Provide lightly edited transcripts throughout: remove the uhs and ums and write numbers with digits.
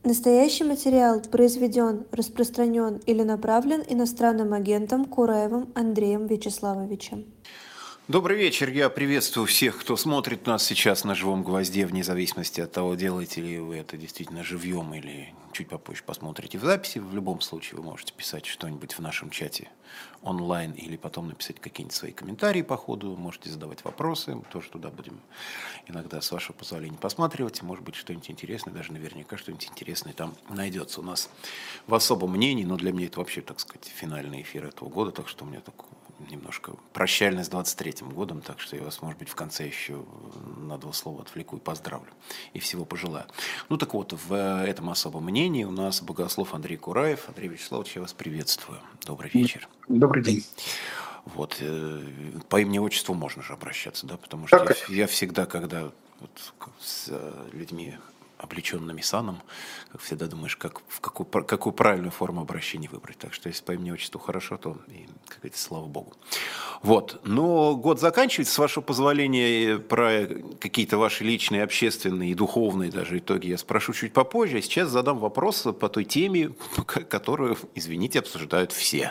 Настоящий материал произведен, распространен или направлен иностранным агентом Кураевым Андреем Вячеславовичем. Добрый вечер. Я приветствую всех, кто смотрит нас сейчас на «Живом гвозде», вне зависимости от того, делаете ли вы это действительно живьем или чуть попозже посмотрите в записи. В любом случае вы можете писать что-нибудь в нашем чате онлайн или потом написать какие-нибудь свои комментарии по ходу. Можете задавать вопросы. Мы тоже туда будем иногда, с вашего позволения, посматривать. Может быть, что-нибудь интересное, даже наверняка что-нибудь интересное там найдется у нас в особом мнении. Но для меня это вообще, так сказать, финальный эфир этого года, так что у меня такой немножко прощальный с 23-м годом, так что я вас, может быть, в конце еще на два слова отвлеку и поздравлю. И всего пожелаю. Ну так вот, в этом особом мнении у нас богослов Андрей Кураев. Андрей Вячеславович, я вас приветствую. Добрый вечер. Добрый день. Вот, по имени-отчеству можно же обращаться, да, потому что я всегда, когда вот с людьми, облеченными саном, как всегда думаешь, какую правильную форму обращения выбрать. Так что если по имени-отчеству хорошо, то, и, как говорится, слава богу. Вот. Но год заканчивается, с вашего позволения, про какие-то ваши личные, общественные и духовные даже итоги я спрошу чуть попозже. А сейчас задам вопрос по той теме, которую, извините, обсуждают все.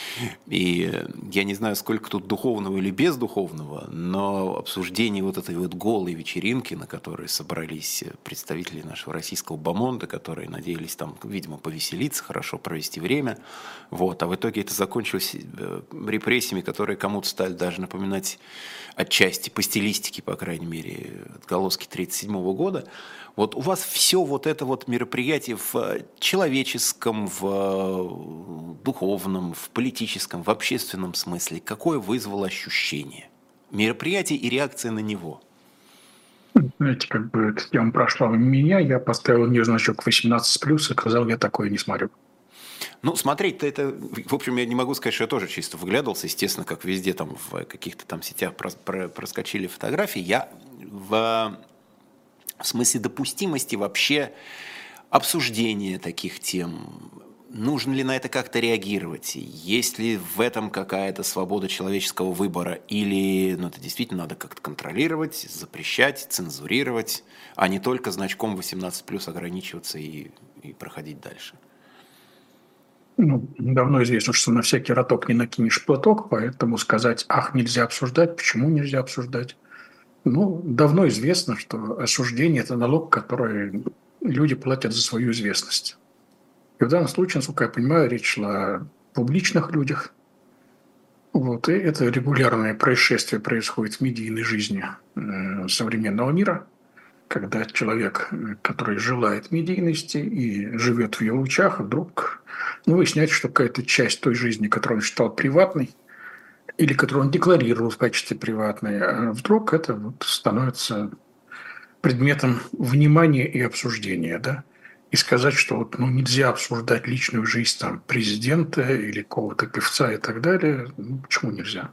И я не знаю, сколько тут духовного или бездуховного, но обсуждение вот этой вот голой вечеринки, на которой собрались представители нашего российского бомонда, которые надеялись там, видимо, повеселиться, хорошо провести время. Вот. А в итоге это закончилось репрессиями, которые кому-то стали даже напоминать отчасти, по стилистике, по крайней мере, отголоски 1937 года. Вот у вас все вот это вот мероприятие в человеческом, в духовном, в политическом, в общественном смысле, какое вызвало ощущение? Мероприятие и реакция на него. Знаете, как бы эта тема прошла мимо меня, я поставил на нее значок 18+, и сказал, я такое не смотрю. Ну, смотреть-то это, в общем, я не могу сказать, что я тоже чисто выглядывался, естественно, как везде там в каких-то там сетях проскочили фотографии. Я в смысле допустимости вообще обсуждения таких тем, нужно ли на это как-то реагировать, есть ли в этом какая-то свобода человеческого выбора, или это действительно надо как-то контролировать, запрещать, цензурировать, а не только значком 18+, ограничиваться и проходить дальше. Давно известно, что на всякий роток не накинешь платок, поэтому сказать, нельзя обсуждать, почему нельзя обсуждать. Давно известно, что осуждение – это налог, который люди платят за свою известность. И в данном случае, насколько я понимаю, речь шла о публичных людях. Вот, и это регулярное происшествие происходит в медийной жизни современного мира, когда человек, который желает медийности и живет в ее лучах, вдруг выясняет, что какая-то часть той жизни, которую он считал приватной, или которую он декларировал в качестве приватной, вдруг это становится предметом внимания и обсуждения, да? И сказать, что нельзя обсуждать личную жизнь президента или какого-то певца и так далее, почему нельзя?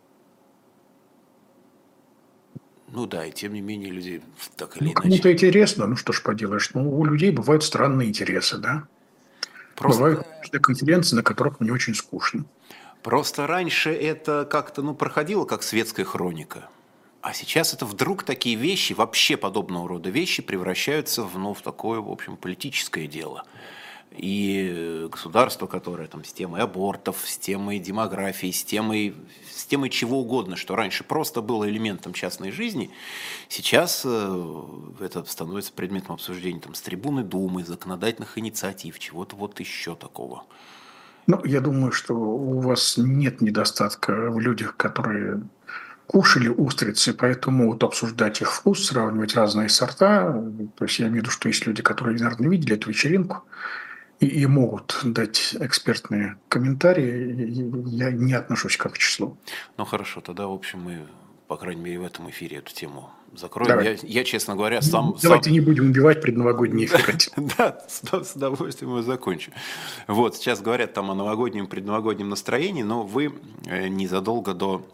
Да, и тем не менее люди так или иначе. Кому-то интересно, что ж поделаешь. У людей бывают странные интересы, да? Бывают конференции, на которых мне очень скучно. Просто раньше это как-то проходило как светская хроника. А сейчас это вдруг такие вещи, вообще подобного рода вещи превращаются в такое, в общем, политическое дело. И государство, которое с темой абортов, с темой демографии, с темой чего угодно, что раньше просто было элементом частной жизни, сейчас это становится предметом обсуждения с трибуны Думы, законодательных инициатив, чего-то еще такого. Я думаю, что у вас нет недостатка в людях, которые кушали устрицы, поэтому могут обсуждать их вкус, сравнивать разные сорта. То есть я имею в виду, что есть люди, которые, наверное, видели эту вечеринку и могут дать экспертные комментарии. Я не отношусь к их числу. Хорошо, тогда, в общем, мы, по крайней мере, в этом эфире эту тему закроем. Я, честно говоря, Давайте не будем убивать предновогодний эфир. Да, с удовольствием его закончу. Вот, сейчас говорят о новогоднем, предновогоднем настроении, но вы незадолго до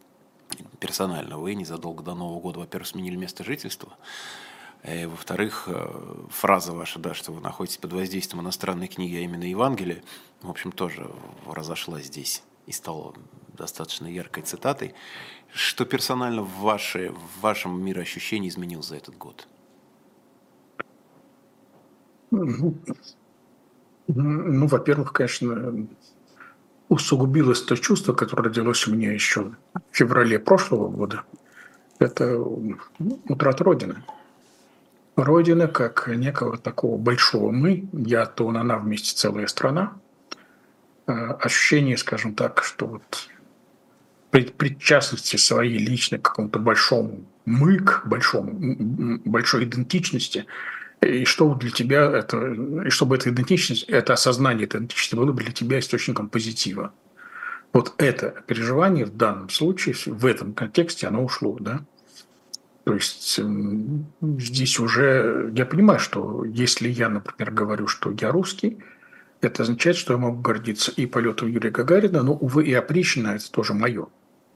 Нового года, во-первых, сменили место жительства, и, во-вторых, фраза ваша, да, что вы находитесь под воздействием иностранной книги, а именно Евангелия, в общем, тоже разошлась здесь и стала достаточно яркой цитатой. Что персонально в вашем мироощущении изменилось за этот год? Ну, во-первых, конечно, усугубилось то чувство, которое родилось у меня еще в феврале прошлого года. Это утрата Родины. Родина как некого такого большого «мы», я, то он, она вместе целая страна. Ощущение, скажем так, что вот причастности своей личной к какому-то большому «мы», к большой идентичности, и что для тебя это, и чтобы эта идентичность, это осознание этой идентичности было бы для тебя источником позитива. Вот это переживание в данном случае, в этом контексте, оно ушло, да. То есть здесь уже я понимаю, что если я, например, говорю, что я русский, это означает, что я могу гордиться и полетом Юрия Гагарина, но, увы, и опричнина – это тоже мое.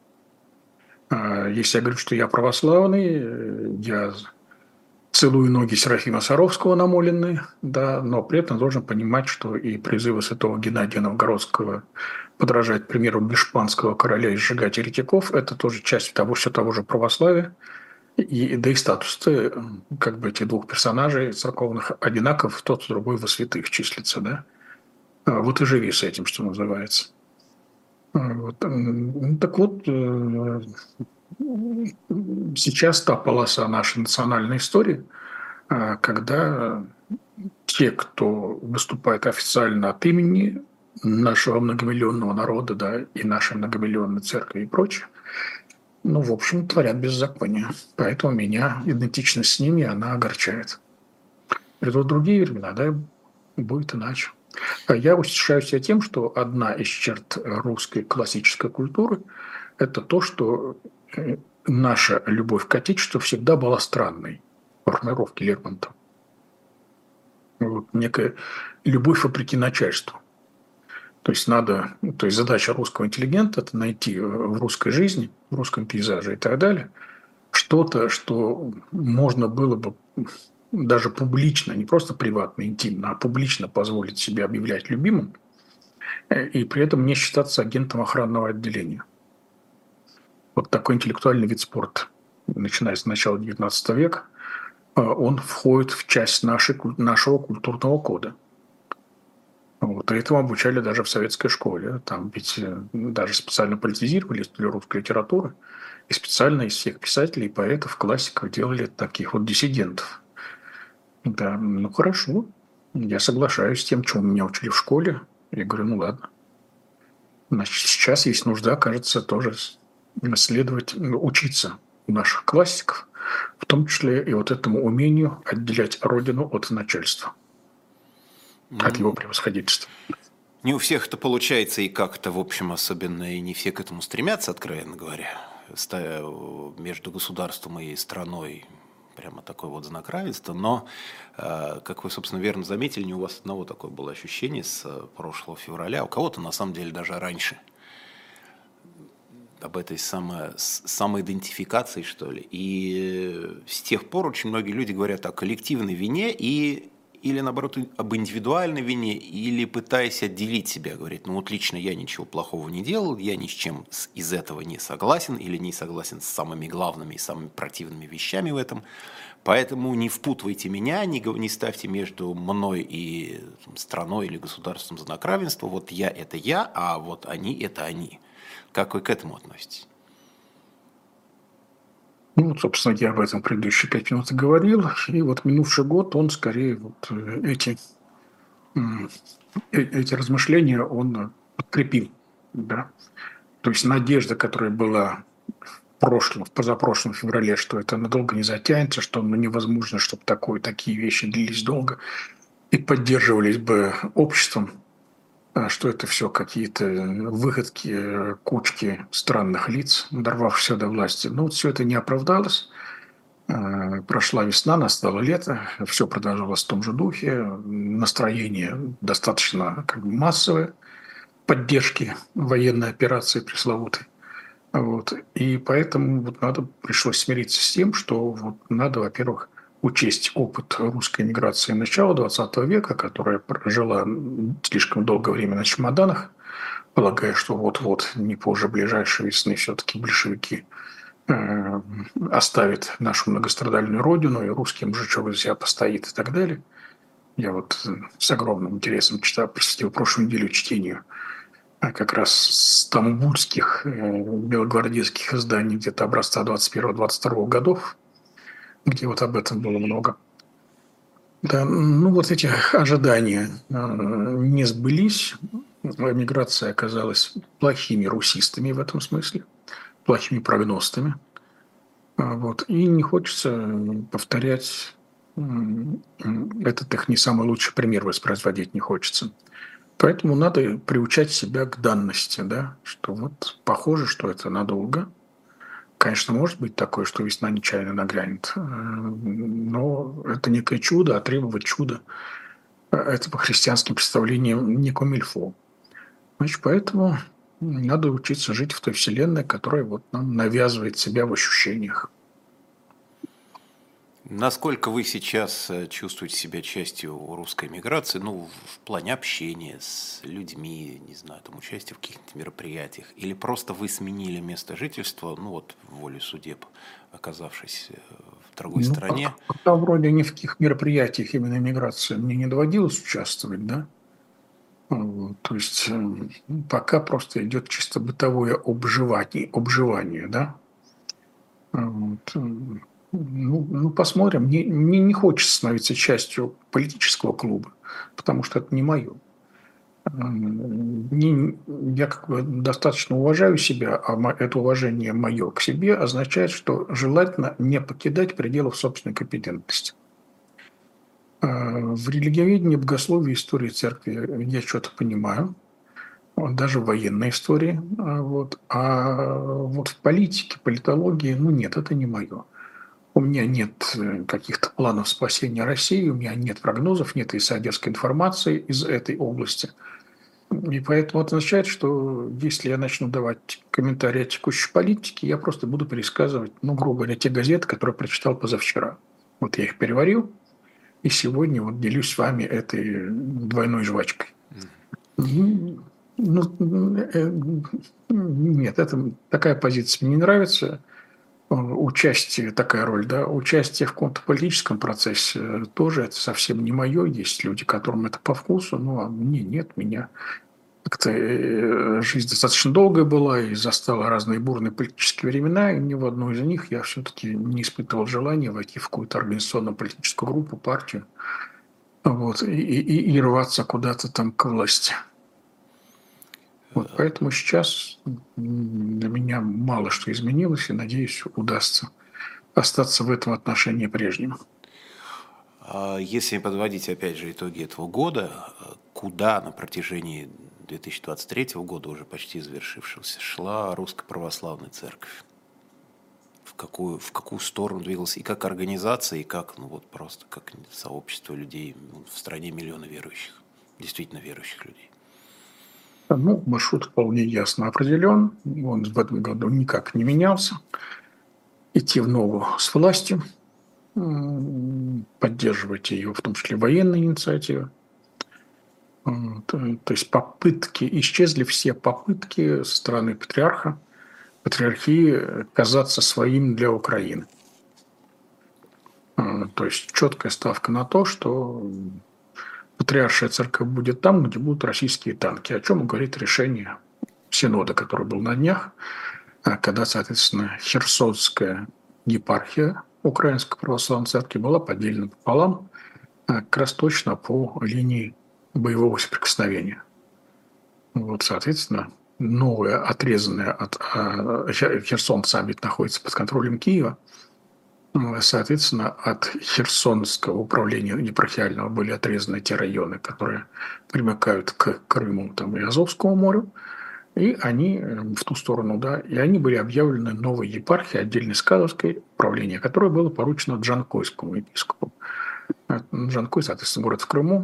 Если я говорю, что я православный, я целую ноги Серафима Саровского намоленные, да, но при этом должен понимать, что и призывы святого Геннадия Новгородского подражать примеру Бешпанского короля и сжигать еретиков – это тоже часть все того же православия. Да и статус как бы этих двух персонажей церковных одинаков, тот и другой во святых числится, да. Вот и живи с этим, что называется. Вот. Так вот, сейчас та полоса нашей национальной истории, когда те, кто выступает официально от имени нашего многомиллионного народа, да, и нашей многомиллионной церкви и прочее, в общем, творят беззаконие. Поэтому меня идентичность с ними, она огорчает. Придут другие времена, да, будет иначе. Я утешаю себя тем, что одна из черт русской классической культуры – это то, что наша любовь к Отечеству всегда была странной по формулировке Лермонтова. Вот некая любовь вопреки начальству. То есть задача русского интеллигента – это найти в русской жизни, в русском пейзаже и так далее что-то, что можно было бы даже публично, не просто приватно, интимно, а публично позволить себе объявлять любимым и при этом не считаться агентом охранного отделения. Вот такой интеллектуальный вид спорта, начиная с начала XIX века, он входит в часть нашего культурного кода. Вот, и этому обучали даже в советской школе. Там ведь даже специально политизировали историю русской литературы, и специально из всех писателей, поэтов, классиков делали таких вот диссидентов. Да, хорошо, я соглашаюсь с тем, чему меня учили в школе. Я говорю, ладно. Значит, сейчас есть нужда, кажется, тоже учиться у наших классиков, в том числе и вот этому умению отделять родину от начальства. От его превосходительства. Не у всех это получается, и как-то, в общем, особенно и не все к этому стремятся, откровенно говоря. Между государством и страной прямо такой вот знак равенства. Но, как вы, собственно, верно заметили, не у вас одного такое было ощущение с прошлого февраля, у кого-то, на самом деле, даже раньше. Об этой самоидентификации, что ли. И с тех пор очень многие люди говорят о коллективной вине или, наоборот, об индивидуальной вине, или пытаясь отделить себя, говорить, лично я ничего плохого не делал, я ни с чем из этого не согласен, или не согласен с самыми главными и самыми противными вещами в этом, поэтому не впутывайте меня, не ставьте между мной и страной или государством знак равенства, вот я – это я, а вот они – это они. Как вы к этому относитесь? Собственно, я об этом предыдущие 5 минут и говорил. И вот минувший год, он скорее эти размышления он подкрепил. Да? То есть надежда, которая была в позапрошлом феврале, что это надолго не затянется, что невозможно, чтобы такие вещи длились долго и поддерживались бы обществом, что это все какие-то выходки, кучки странных лиц, дорвавшихся до власти. Все это не оправдалось. Прошла весна, настало лето, все продолжалось в том же духе. Настроение достаточно массовое, поддержки военной операции пресловутой. Вот. И поэтому пришлось смириться с тем, что надо, во-первых, учесть опыт русской миграции начала XX века, которая прожила слишком долгое время на чемоданах, полагая, что вот-вот, не позже ближайшей весны, все-таки большевики оставят нашу многострадальную родину, и русский мужичок за себя постоит и так далее. Я вот с огромным интересом читал, посвятил прошлую неделю чтению как раз стамбульских, белогвардейских изданий где-то образца 21-22 годов, где вот об этом было много. Да, ну вот эти ожидания не сбылись. Миграция оказалась плохими русистами в этом смысле, плохими прогностами. Вот. И не хочется повторять этот их не самый лучший пример воспроизводить не хочется. Поэтому надо приучать себя к данности, да, что вот похоже, что это надолго. Конечно, может быть такое, что весна нечаянно нагрянет, но это некое чудо, а требовать чуда это по христианским представлениям не комильфо. Значит, поэтому надо учиться жить в той вселенной, которая вот нам навязывает себя в ощущениях. Насколько вы сейчас чувствуете себя частью русской миграции, ну, в плане общения с людьми, не знаю, там, участия в каких-то мероприятиях, или просто вы сменили место жительства, ну, вот, волей судеб, оказавшись в другой стране? Пока вроде ни в каких мероприятиях именно миграции мне не доводилось участвовать, да. Вот, то есть пока просто идет чисто бытовое обживание, да. Вот. Посмотрим. Мне не хочется становиться частью политического клуба, потому что это не мое. Я как бы достаточно уважаю себя, а это уважение мое к себе означает, что желательно не покидать пределов собственной компетентности. В религиоведении, богословии, истории церкви я что-то понимаю, даже в военной истории. А вот в политике, политологии, нет, это не мое. У меня нет каких-то планов спасения России, у меня нет прогнозов, нет исайдерской информации из этой области. И поэтому это означает, что если я начну давать комментарии о текущей политике, я просто буду пересказывать, грубо говоря, те газеты, которые прочитал позавчера. Вот я их переварил, и сегодня вот делюсь с вами этой двойной жвачкой. Нет, такая позиция мне не нравится. Участие, такая роль, да, участие в каком-то политическом процессе тоже это совсем не мое. Есть люди, которым это по вкусу, а мне нет, меня как-то жизнь достаточно долгая была и застала разные бурные политические времена, и ни в одну из них я все-таки не испытывал желания войти в какую-то организационную политическую группу, партию, и рваться куда-то там к власти. Поэтому сейчас для меня мало что изменилось, и, надеюсь, удастся остаться в этом отношении прежним. Если подводить, опять же, итоги этого года, куда на протяжении 2023 года, уже почти завершившегося, шла Русская Православная Церковь? В какую сторону двигалась? И как организация, и как, просто как сообщество людей в стране миллиона верующих, действительно верующих людей? Маршрут вполне ясно определен. Он в этом году никак не менялся. Идти в ногу с властью, поддерживать ее, в том числе военные инициативы. То есть исчезли все попытки со стороны патриархии казаться своим для Украины. То есть четкая ставка на то, что патриаршая церковь будет там, где будут российские танки. О чем говорит решение Синода, который был на днях, когда, соответственно, Херсонская епархия Украинской Православной Церкви была поделена пополам как раз точно по линии боевого соприкосновения. Соответственно, новая, отрезанная от Херсон сам находится под контролем Киева. Соответственно, от Херсонского управления епархиального были отрезаны те районы, которые примыкают к Крыму и Азовскому морю, и они в ту сторону, и они были объявлены новой епархией, отдельной сказовской управление, которое было поручено Джанкойскому епископу. Джанкой, соответственно, город в Крыму,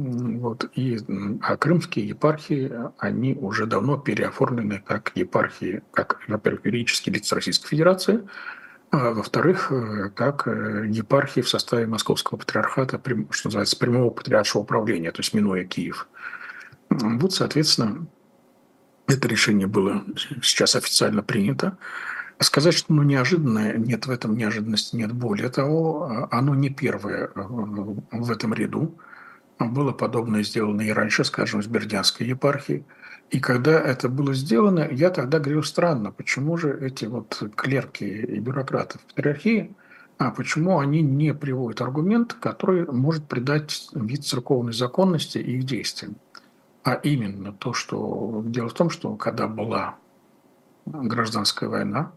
а крымские епархии, они уже давно переоформлены как епархии, как, во-первых, юридические лица Российской Федерации, а во-вторых, как епархии в составе Московского патриархата, что называется, прямого патриаршего управления, то есть минуя Киев. Соответственно, это решение было сейчас официально принято. Сказать, что оно неожиданное, нет, в этом неожиданности нет. Более того, оно не первое в этом ряду. Было подобное сделано и раньше, скажем, с Бердянской епархией. И когда это было сделано, я тогда говорил, странно, почему же эти вот клерки и бюрократы в патриархии, почему они не приводят аргумент, который может придать вид церковной законности их действиям. А именно то, что дело в том, что когда была гражданская война,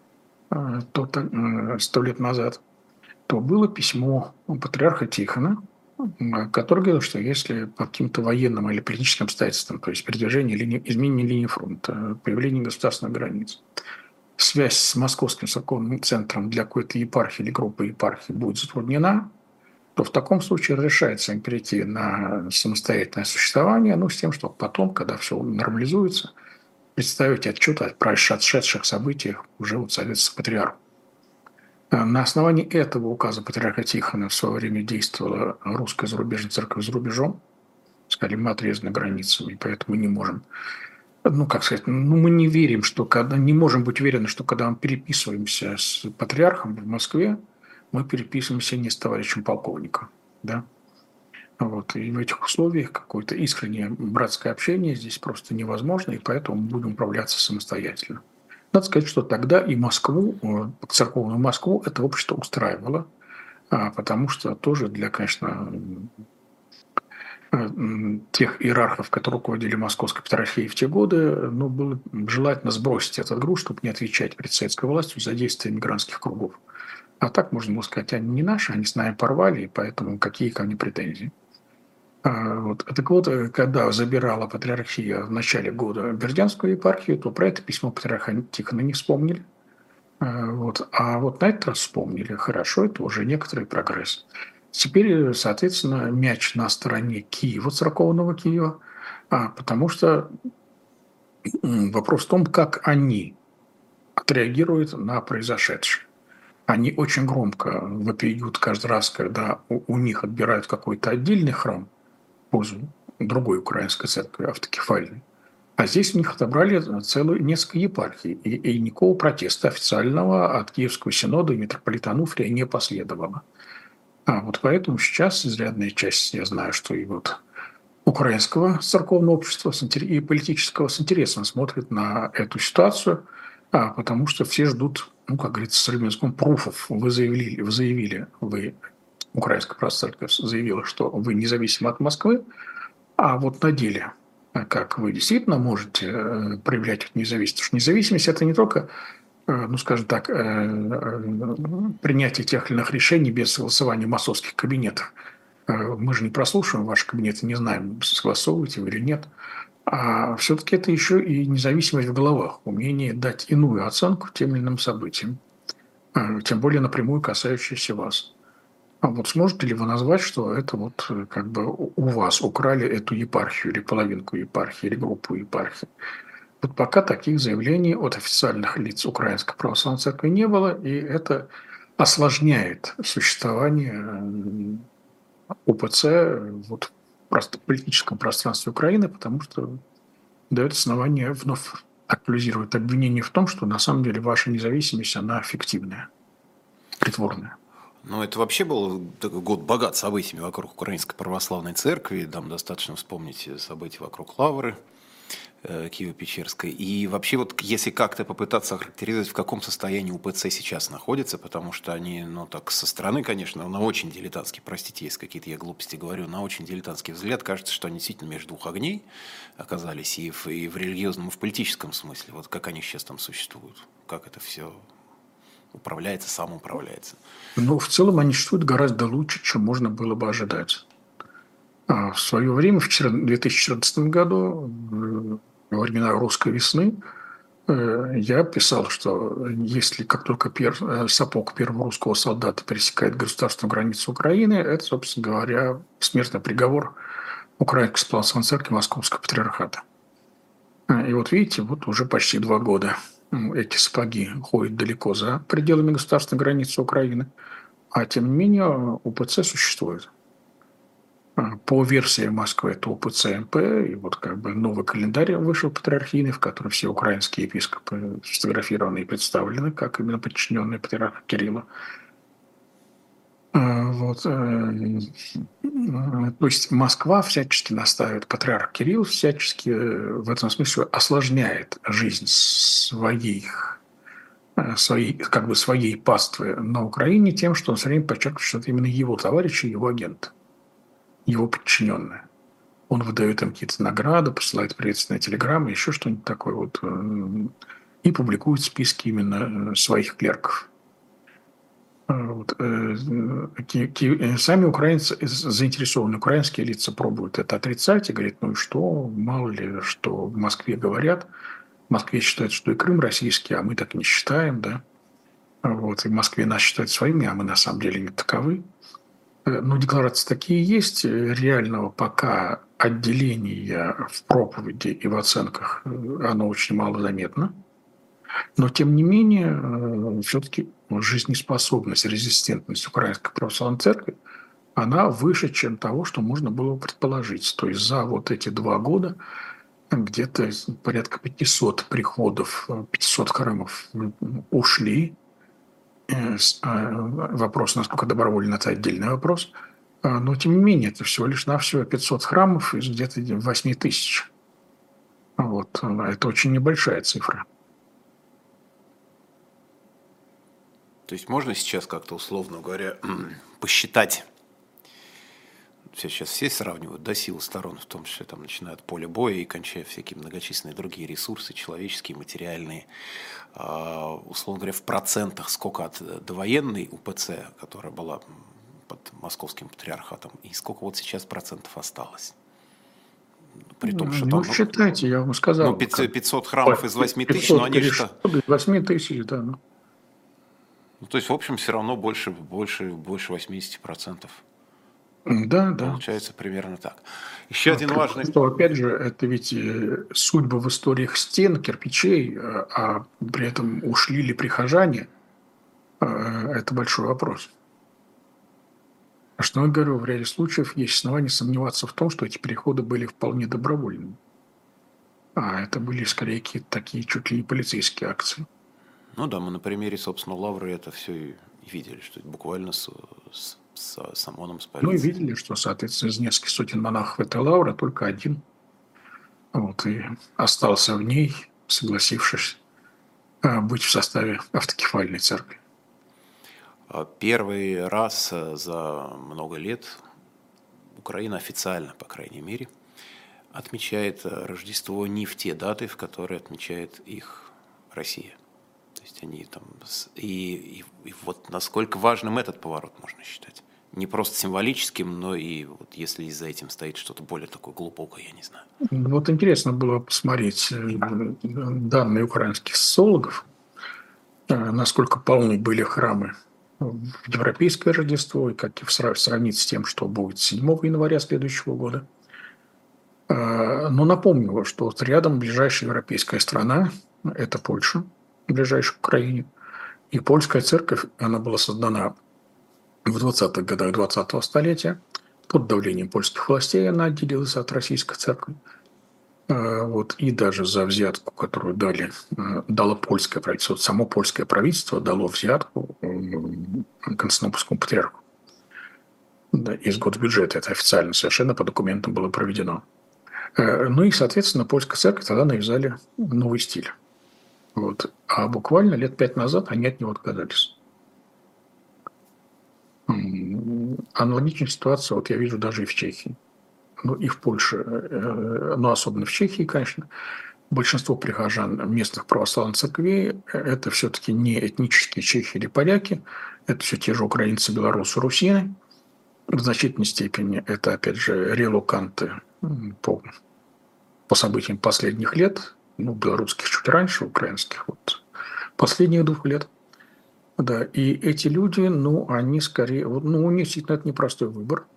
100 лет назад, то было письмо патриарха Тихона, который говорил, что если по каким-то военным или политическим обстоятельствам, то есть передвижение, изменение линии фронта, появление государственных границ, связь с Московским церковным центром для какой-то епархии или группы епархий будет затруднена, то в таком случае разрешается им перейти на самостоятельное существование, с тем, чтобы потом, когда все нормализуется, представить отчет о происшедших событиях уже советскому патриарху. На основании этого указа патриарха Тихона в свое время действовала русская зарубежная церковь за рубежом. Сказали, мы отрезаны границами, и поэтому не можем. Мы не верим, не можем быть уверены, что когда мы переписываемся с патриархом в Москве, мы переписываемся не с товарищем полковником. Да? И в этих условиях какое-то искреннее братское общение здесь просто невозможно, и поэтому мы будем управляться самостоятельно. Надо сказать, что тогда и Москву, церковную Москву, это общество устраивало, потому что тоже для, конечно, тех иерархов, которые руководили Московской патриархией в те годы, было желательно сбросить этот груз, чтобы не отвечать перед советской властью за действия мигрантских кругов. А так можно было сказать, они не наши, они с нами порвали, и поэтому какие ко мне претензии. Так вот, когда забирала патриархия в начале года Бердянскую епархию, то про это письмо патриарха Тихона не вспомнили. А вот на этот раз вспомнили. Хорошо, это уже некоторый прогресс. Теперь, соответственно, мяч на стороне Киева, церковного Киева, потому что вопрос в том, как они отреагируют на произошедшее. Они очень громко вопиют каждый раз, когда у них отбирают какой-то отдельный храм, пользу другой украинской церкви, автокефальной. А здесь у них отобрали несколько епархий, и никакого протеста официального от Киевского синода и митрополита Ануфрия не последовало. Поэтому сейчас изрядная часть, я знаю, что и украинского церковного общества и политического с интересом смотрит на эту ситуацию, потому что все ждут, как говорится, современным языком, пруфов. Вы заявили, Украинская православная церковь заявила, что вы независимы от Москвы, а вот на деле, как вы действительно можете проявлять эту независимость. Потому что независимость – это не только, принятие тех или иных решений без согласования массовских кабинетов. Мы же не прослушиваем ваши кабинеты, не знаем, согласовываете вы или нет. А все-таки это еще и независимость в головах, умение дать иную оценку тем или иным событиям, тем более напрямую касающиеся вас. Сможете ли вы назвать, что это у вас украли эту епархию или половинку епархии или группу епархий? Пока таких заявлений от официальных лиц Украинской православной церкви не было, и это осложняет существование УПЦ в политическом пространстве Украины, потому что дает основание вновь актуализировать обвинение в том, что на самом деле ваша независимость, она фиктивная, притворная. Это вообще был такой год богат событиями вокруг Украинской православной церкви. Там достаточно вспомнить события вокруг Лавры Киево-Печерской. И вообще, если как-то попытаться охарактеризовать, в каком состоянии УПЦ сейчас находится, потому что они, со стороны, конечно, на очень дилетантский, простите, если какие-то я глупости говорю, на очень дилетантский взгляд, кажется, что они действительно между двух огней оказались и в религиозном, и в политическом смысле. Как они сейчас там существуют, как это все управляется, самоуправляется. В целом они существуют гораздо лучше, чем можно было бы ожидать. В свое время, в 2014 году, во времена русской весны, я писал, что если как только сапог первого русского солдата пересекает государственную границу Украины, это, собственно говоря, смертный приговор Украинской православной церкви Московского патриархата. И видите, уже почти 2 года эти сапоги ходят далеко за пределами государственной границы Украины, а тем не менее УПЦ существует. По версии Москвы это УПЦ МП, и новый календарь вышел патриархийный, в котором все украинские епископы сфотографированы и представлены как именно подчиненные патриарха Кирилла. Вот, то есть Москва всячески настаивает, патриарх Кирилл всячески в этом смысле осложняет жизнь своей паствы на Украине тем, что он все время подчеркивает, что это именно его товарищи, его агенты, его подчиненные. Он выдает им какие-то награды, посылает приветственные телеграммы, еще что-нибудь такое вот, и публикует списки именно своих клерков. Вот. Сами украинцы, заинтересованные украинские лица пробуют это отрицать и говорят, ну и что, мало ли, что в Москве говорят. В Москве считают, что и Крым российский, а мы так не считаем, да. Вот. И в Москве нас считают своими, а мы на самом деле не таковы. Но декларации такие есть. Реального пока отделения в проповеди и в оценках оно очень мало заметно. Но, тем не менее, все-таки жизнеспособность, резистентность Украинской православной церкви, она выше, чем того, что можно было предположить. То есть за вот эти 2 года где-то порядка 500 приходов, 500 храмов ушли. Вопрос, насколько добровольно, это отдельный вопрос. Но, тем не менее, это всего лишь навсего 500 храмов из где-то 8 тысяч. Вот. Это очень небольшая цифра. То есть можно сейчас как-то, условно говоря, посчитать, сейчас все сравнивают, да, силы сторон, в том числе там, начиная от поля боя и кончая всякие многочисленные другие ресурсы, человеческие, материальные, условно говоря, в процентах, сколько от довоенной УПЦ, которая была под московским патриархатом, и сколько вот сейчас процентов осталось? При том, что там, считайте, я вам сказал. 500 храмов из 8 тысяч, но они что? 8 тысяч, да. Ну, то есть, в общем, все равно больше 80%. Да. Получается примерно так. Еще один важный... Что, опять же, это ведь судьба в историях стен, кирпичей, а при этом ушли ли прихожане, это большой вопрос. А что я говорю, в ряде случаев есть основания сомневаться в том, что эти переходы были вполне добровольными. А это были скорее какие-то такие чуть ли не полицейские акции. Ну да, мы на примере, собственно, Лавры это все и видели, что это буквально с ОМОНом, с полицией. Ну и видели, что, соответственно, из нескольких сотен монахов этой Лавры только один и остался в ней, согласившись быть в составе автокефальной церкви. Первый раз за много лет Украина официально, по крайней мере, отмечает Рождество не в те даты, в которые отмечает их Россия. То есть они там... И вот насколько важным этот поворот можно считать. Не просто символическим, но и вот если за этим стоит что-то более такое глубокое, я не знаю. Вот интересно было посмотреть данные украинских социологов, насколько полны были храмы в европейское Рождество, и как сравнить с тем, что будет 7 января следующего года. Но напомню, что вот рядом ближайшая европейская страна – это Польша, ближайшая к Украине. И польская церковь, она была создана в 20-х годах 20-го столетия. Под давлением польских властей она отделилась от российской церкви. И даже за взятку, которую дало польское правительство, вот само польское правительство дало взятку Константинопольскому патриарху. Да, из госбюджета. Это официально совершенно по документам было проведено. Ну и, соответственно, польская церковь тогда навязали новый стиль. А буквально лет 5 назад они от него отказались. Аналогичная ситуация я вижу даже и в Чехии. И в Польше, но особенно в Чехии, конечно. Большинство прихожан местных православных церквей – это все-таки не этнические чехи или поляки, это все те же украинцы, белорусы, русины. В значительной степени это, опять же, релоканты по событиям последних лет, белорусских чуть раньше, украинских последних 2 лет. Да, и эти люди, они скорее, у них действительно это непростой выбор,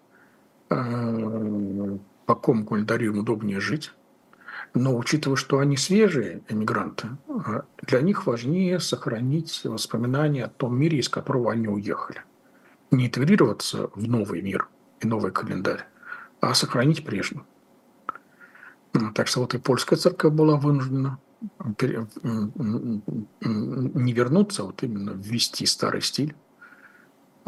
по какому календарю им удобнее жить. Но учитывая, что они свежие эмигранты, для них важнее сохранить воспоминания о том мире, из которого они уехали. Не интегрироваться в новый мир и новый календарь, а сохранить прежний. Так что и польская церковь была вынуждена не вернуться, именно ввести старый стиль,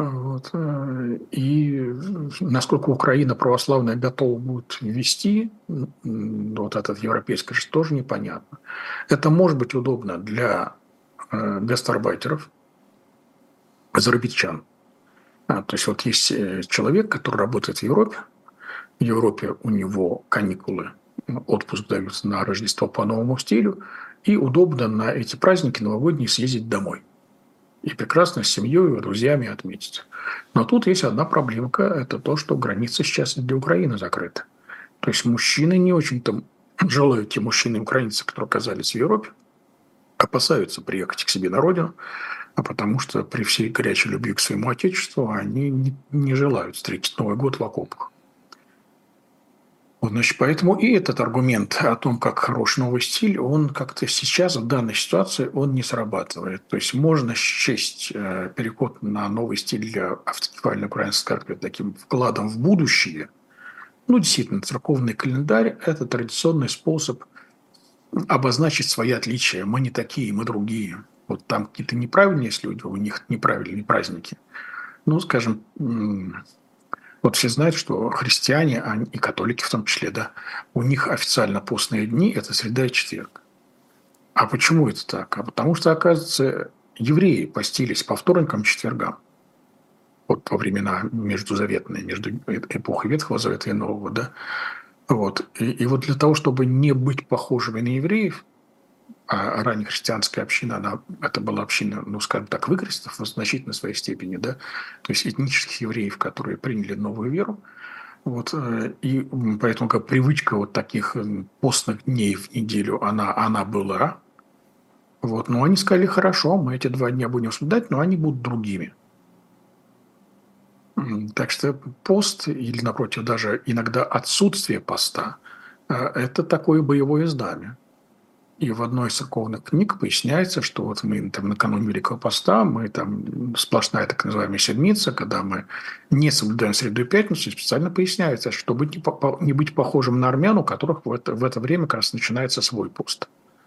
Вот. И насколько Украина православная готова будет ввести вот этот европейский же тоже непонятно. Это может быть удобно для гастарбайтеров, азербайджан. То есть вот есть человек, который работает в Европе у него каникулы, отпуск дают на Рождество по новому стилю, и удобно на эти праздники новогодние съездить домой. И прекрасно с семьей и друзьями отметить. Но тут есть одна проблемка, это то, что граница сейчас для Украины закрыта. То есть мужчины не очень-то желают, те мужчины-украинцы, которые оказались в Европе, опасаются приехать к себе на родину, а потому что при всей горячей любви к своему отечеству они не желают встретить Новый год в окопах. Вот, значит, поэтому и этот аргумент о том, как хорош новый стиль, он как-то сейчас в данной ситуации он не срабатывает. То есть можно счесть переход на новый стиль для автокефальной украинской церкви таким вкладом в будущее. Ну, действительно, церковный календарь – это традиционный способ обозначить свои отличия. Мы не такие, мы другие. Вот там какие-то неправильные люди, у них неправильные праздники. Ну, скажем, вот все знают, что христиане, и католики в том числе, да, у них официально постные дни – это среда и четверг. А почему это так? А потому что, оказывается, евреи постились по вторникам и четвергам. Вот во времена междузаветные, между эпохой Ветхого Завета и Нового, да. Вот. И вот для того, чтобы не быть похожими на евреев, а ранняя христианская община, это была община, ну, скажем так, выкрестов в значительной своей степени, да, то есть этнических евреев, которые приняли новую веру. Вот, и поэтому как привычка вот таких постных дней в неделю, она была. Вот, но они сказали, хорошо, мы эти 2 дня будем соблюдать, но они будут другими. Так что пост, или, напротив, даже иногда отсутствие поста, это такое боевое знамя. И в одной из церковных книг поясняется, что вот мы там накануне Великого Поста, мы там сплошная так называемая седмица, когда мы не соблюдаем среду и пятницу, и специально поясняется, чтобы не быть похожим на армян, у которых в это время как раз начинается свой пост.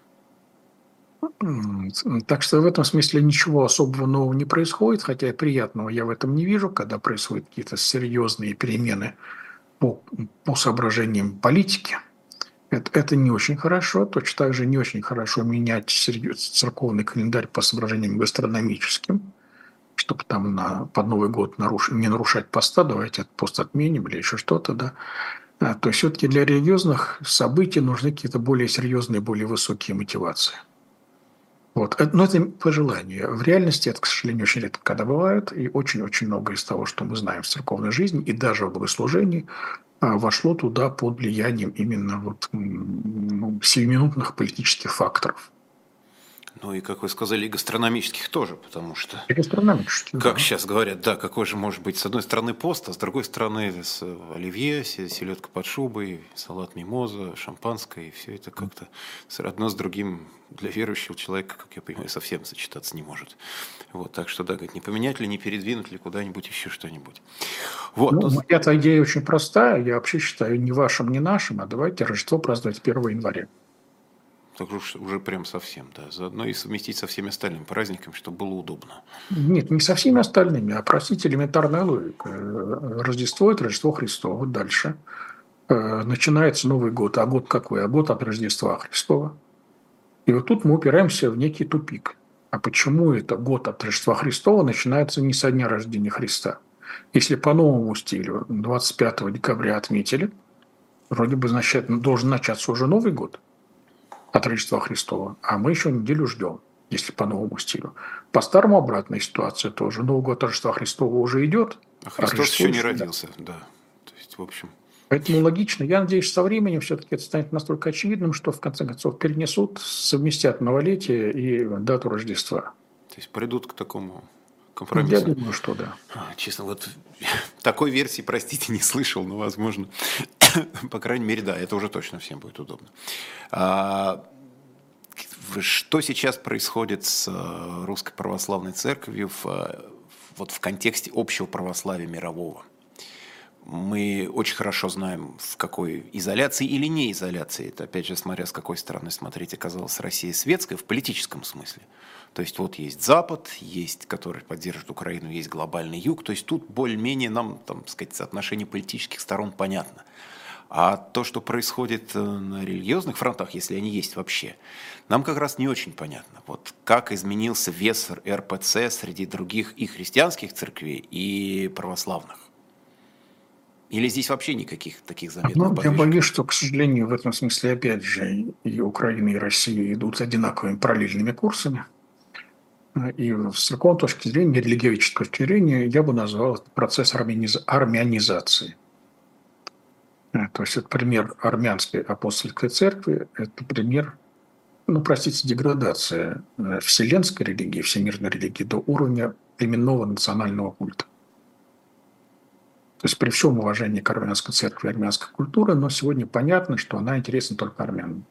Так что в этом смысле ничего особого нового не происходит, хотя и приятного я в этом не вижу, когда происходят какие-то серьезные перемены по соображениям политики. Это не очень хорошо. Точно так же не очень хорошо менять церковный календарь по соображениям гастрономическим, чтобы там под Новый год не нарушать поста, давайте этот пост отменим или еще что-то. Да. То есть все-таки для религиозных событий нужны какие-то более серьезные, более высокие мотивации. Вот. Но это по желанию. В реальности это, к сожалению, очень редко когда бывает, и очень-очень много из того, что мы знаем в церковной жизни и даже в богослужении, вошло туда под влиянием именно вот, сиюминутных политических факторов. Ну и, как вы сказали, и гастрономических тоже, потому что, И гастрономических, как да. сейчас говорят, да, какой же может быть с одной стороны пост, а с другой стороны оливье, селедка под шубой, салат мимоза, шампанское, и все это как-то одно с другим для верующего человека, как я понимаю, совсем сочетаться не может. Вот, так что, да, говорит, не поменять ли, не передвинуть ли куда-нибудь еще что-нибудь. Вот. Моя идея очень простая, я вообще считаю не вашим, не нашим, а давайте Рождество праздновать 1 января. Так уже прям совсем, да. Заодно и совместить со всеми остальными праздниками, чтобы было удобно. Нет, не со всеми остальными, а простите, элементарная логика. Рождество – это Рождество Христово. Дальше начинается Новый год. А год какой? А год от Рождества Христова. И вот тут мы упираемся в некий тупик. А почему это год от Рождества Христова начинается не со дня рождения Христа? Если по новому стилю 25 декабря отметили, вроде бы должен начаться уже Новый год от Рождества Христова, а мы еще неделю ждем, если по новому стилю. По старому обратная ситуация тоже. Новый год от Рождества Христова уже идет. А Христос еще не родился, да. То есть, в общем... Поэтому логично. Я надеюсь, со временем все-таки это станет настолько очевидным, что в конце концов перенесут, совместят новолетие и дату Рождества. То есть придут к такому компромиссу? Я думаю, что да. Честно, вот такой версии, простите, не слышал, но, возможно, по крайней мере, да, это уже точно всем будет удобно. Что сейчас происходит с Русской Православной Церковью вот в контексте общего православия мирового? мы очень хорошо знаем, в какой изоляции или не изоляции, это опять же смотря с какой стороны смотреть, оказалась Россия светская в политическом смысле. То есть вот есть Запад, есть, который поддерживает Украину, есть глобальный Юг, то есть тут более-менее нам, там, сказать, соотношение политических сторон понятно. А то, что происходит на религиозных фронтах, если они есть вообще, нам как раз не очень понятно. Вот как изменился вес РПЦ среди других и христианских церквей, и православных. Или здесь вообще никаких таких заметных Ну, я подвижек? боюсь, что, к сожалению, в этом смысле, опять же, и Украина, и Россия идут одинаковыми параллельными курсами. И с такой точки зрения, религиоведческой точки зрения, я бы назвал это процесс армянизации. То есть это пример армянской апостольской церкви, это пример, ну, простите, деградация вселенской религии, всемирной религии до уровня племенного национального культа. То есть при всем уважении к армянской церкви и армянской культуре, но сегодня понятно, что она интересна только армянам.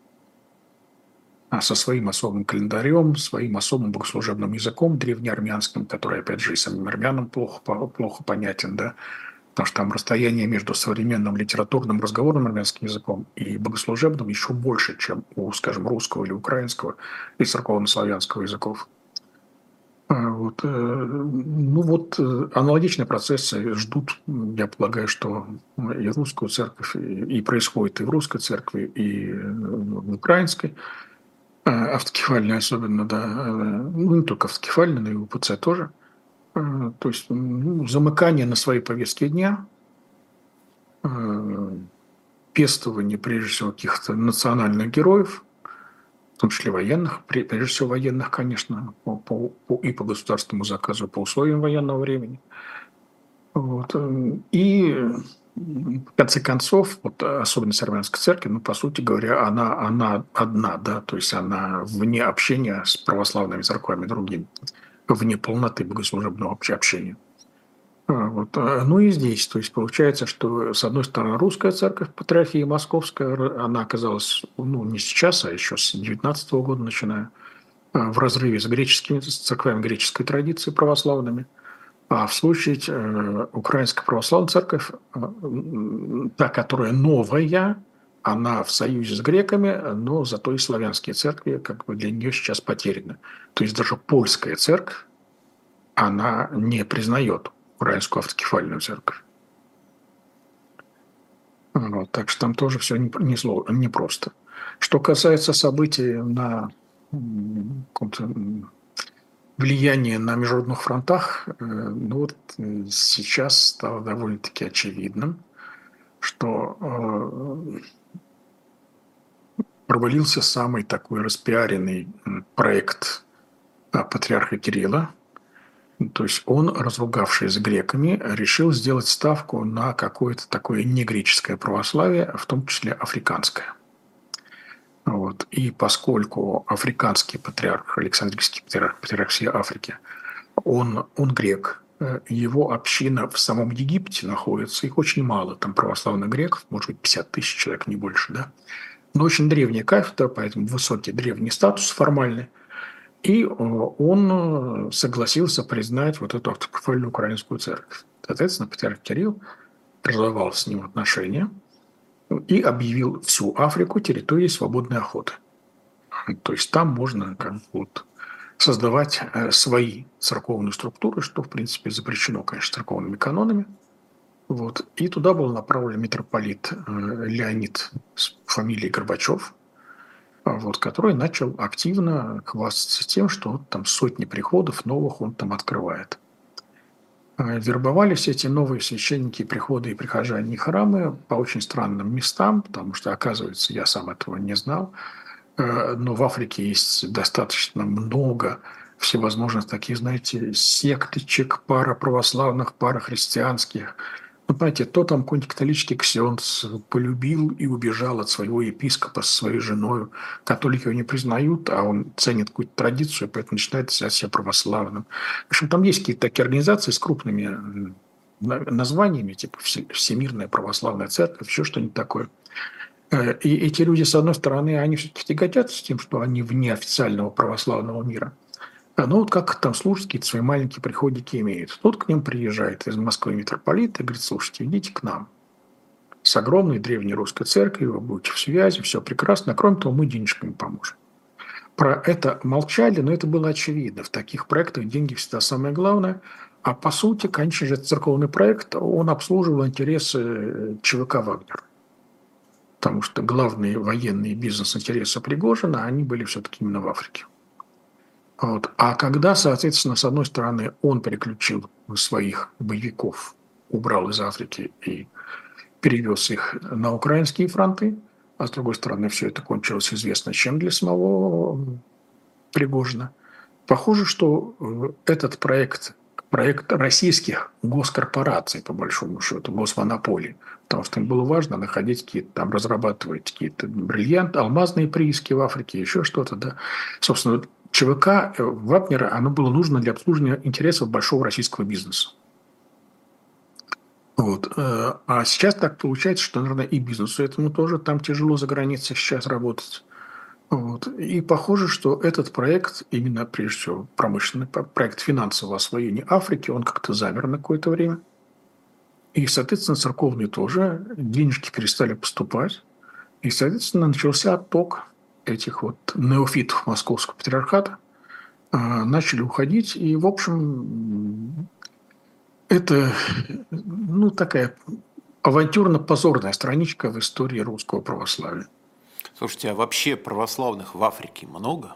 А со своим особым календарем, своим особым богослужебным языком древнеармянским, который, опять же, и самим армянам плохо понятен, да, потому что там расстояние между современным литературным разговорным армянским языком и богослужебным еще больше, чем у, скажем, русского или украинского и церковно-славянского языков. Аналогичные процессы ждут, я полагаю, что и русскую церковь, и происходит и в русской церкви, и в украинской, автокефальной особенно, да, ну не только автокефальной, но и УПЦ тоже. То есть замыкание на своей повестке дня, пестование, прежде всего, каких-то национальных героев, в том числе военных, прежде всего военных, конечно, и по государственному заказу, по условиям военного времени. Вот. И в конце концов, вот особенность армянской церкви, ну, по сути говоря, она одна, да, то есть она вне общения с православными церквами другими, вне полноты богослужебного общения. Ну и здесь, то есть получается, что с одной стороны русская церковь, патриархия московская, она оказалась, ну не сейчас, а еще с 19 года начиная, в разрыве с греческими с церквями греческой традиции православными. А в случае украинская православная церковь, та, которая новая, она в союзе с греками, но зато и славянские церкви как бы для нее сейчас потеряны. То есть даже польская церковь, она не признает украинскую автокефальную церковь. Вот, так что там тоже все непросто. Что касается событий на каком-то влияние на международных фронтах, ну вот сейчас стало довольно-таки очевидным, что провалился самый такой распиаренный проект патриарха Кирилла. То есть он, разругавшись с греками, решил сделать ставку на какое-то такое негреческое православие, в том числе африканское. Вот. И поскольку африканский патриарх, Александрийский патриарх всей Африки, он грек, его община в самом Египте находится, их очень мало, там православных греков, может быть, 50 тысяч человек, не больше, да. Но очень древняя кафедра, поэтому высокий древний статус формальный. И он согласился признать вот эту автокефальную украинскую церковь. Соответственно, патриарх Кирилл разорвал с ним отношения и объявил всю Африку территорией свободной охоты. То есть там можно создавать свои церковные структуры, что, в принципе, запрещено, конечно, церковными канонами. Вот. И туда был направлен митрополит Леонид с фамилией Горбачев, вот, который начал активно хвастаться тем, что там сотни приходов новых он там открывает. Вербовались эти новые священники, приходы и прихожане и храмы по очень странным местам, потому что, оказывается, я сам этого не знал, но в Африке есть достаточно много всевозможных таких, знаете, секточек, параправославных, парахристианских. Ну, понимаете, то там какой-нибудь католический ксенц полюбил и убежал от своего епископа со своей женой. Католики его не признают, а он ценит какую-то традицию, поэтому начинает себя православным. В общем, там есть какие-то такие организации с крупными названиями, типа Всемирная православная церковь, еще что-нибудь такое. И эти люди, с одной стороны, они все-таки тяготятся с тем, что они вне официального православного мира. Ну, вот как там служат, какие-то свои маленькие приходики имеют. Тут к ним приезжает из Москвы митрополит и говорит: слушайте, идите к нам. С огромной древней русской церковью вы будете в связи, все прекрасно. А кроме того, мы денежками поможем. Про это молчали, но это было очевидно. В таких проектах деньги всегда самое главное. А по сути, конечно же, этот церковный проект, он обслуживал интересы ЧВК «Вагнер». Потому что главные военные бизнес-интересы Пригожина, они были все-таки именно в Африке. Вот. А когда, соответственно, с одной стороны, он переключил своих боевиков, убрал из Африки и перевез их на украинские фронты, а с другой стороны, все это кончилось известно чем для самого Пригожина. Похоже, что этот проект российских госкорпораций, по большому счету, госмонополий, потому что им было важно находить какие-то там, разрабатывать какие-то бриллианты, алмазные прииски в Африке, еще что-то, да. Собственно, ЧВК Вагнера, оно было нужно для обслуживания интересов большого российского бизнеса. Вот. А сейчас так получается, что, наверное, и бизнесу этому тоже там тяжело за границей сейчас работать. Вот. И похоже, что этот проект, именно прежде всего промышленный проект финансового освоения Африки, он как-то замер на какое-то время. И, соответственно, церковные тоже денежки перестали поступать. И, соответственно, начался отток этих вот неофитов Московского патриархата. Начали уходить. И, в общем, это ну, такая авантюрно-позорная страничка в истории русского православия. Слушайте, а вообще православных в Африке много?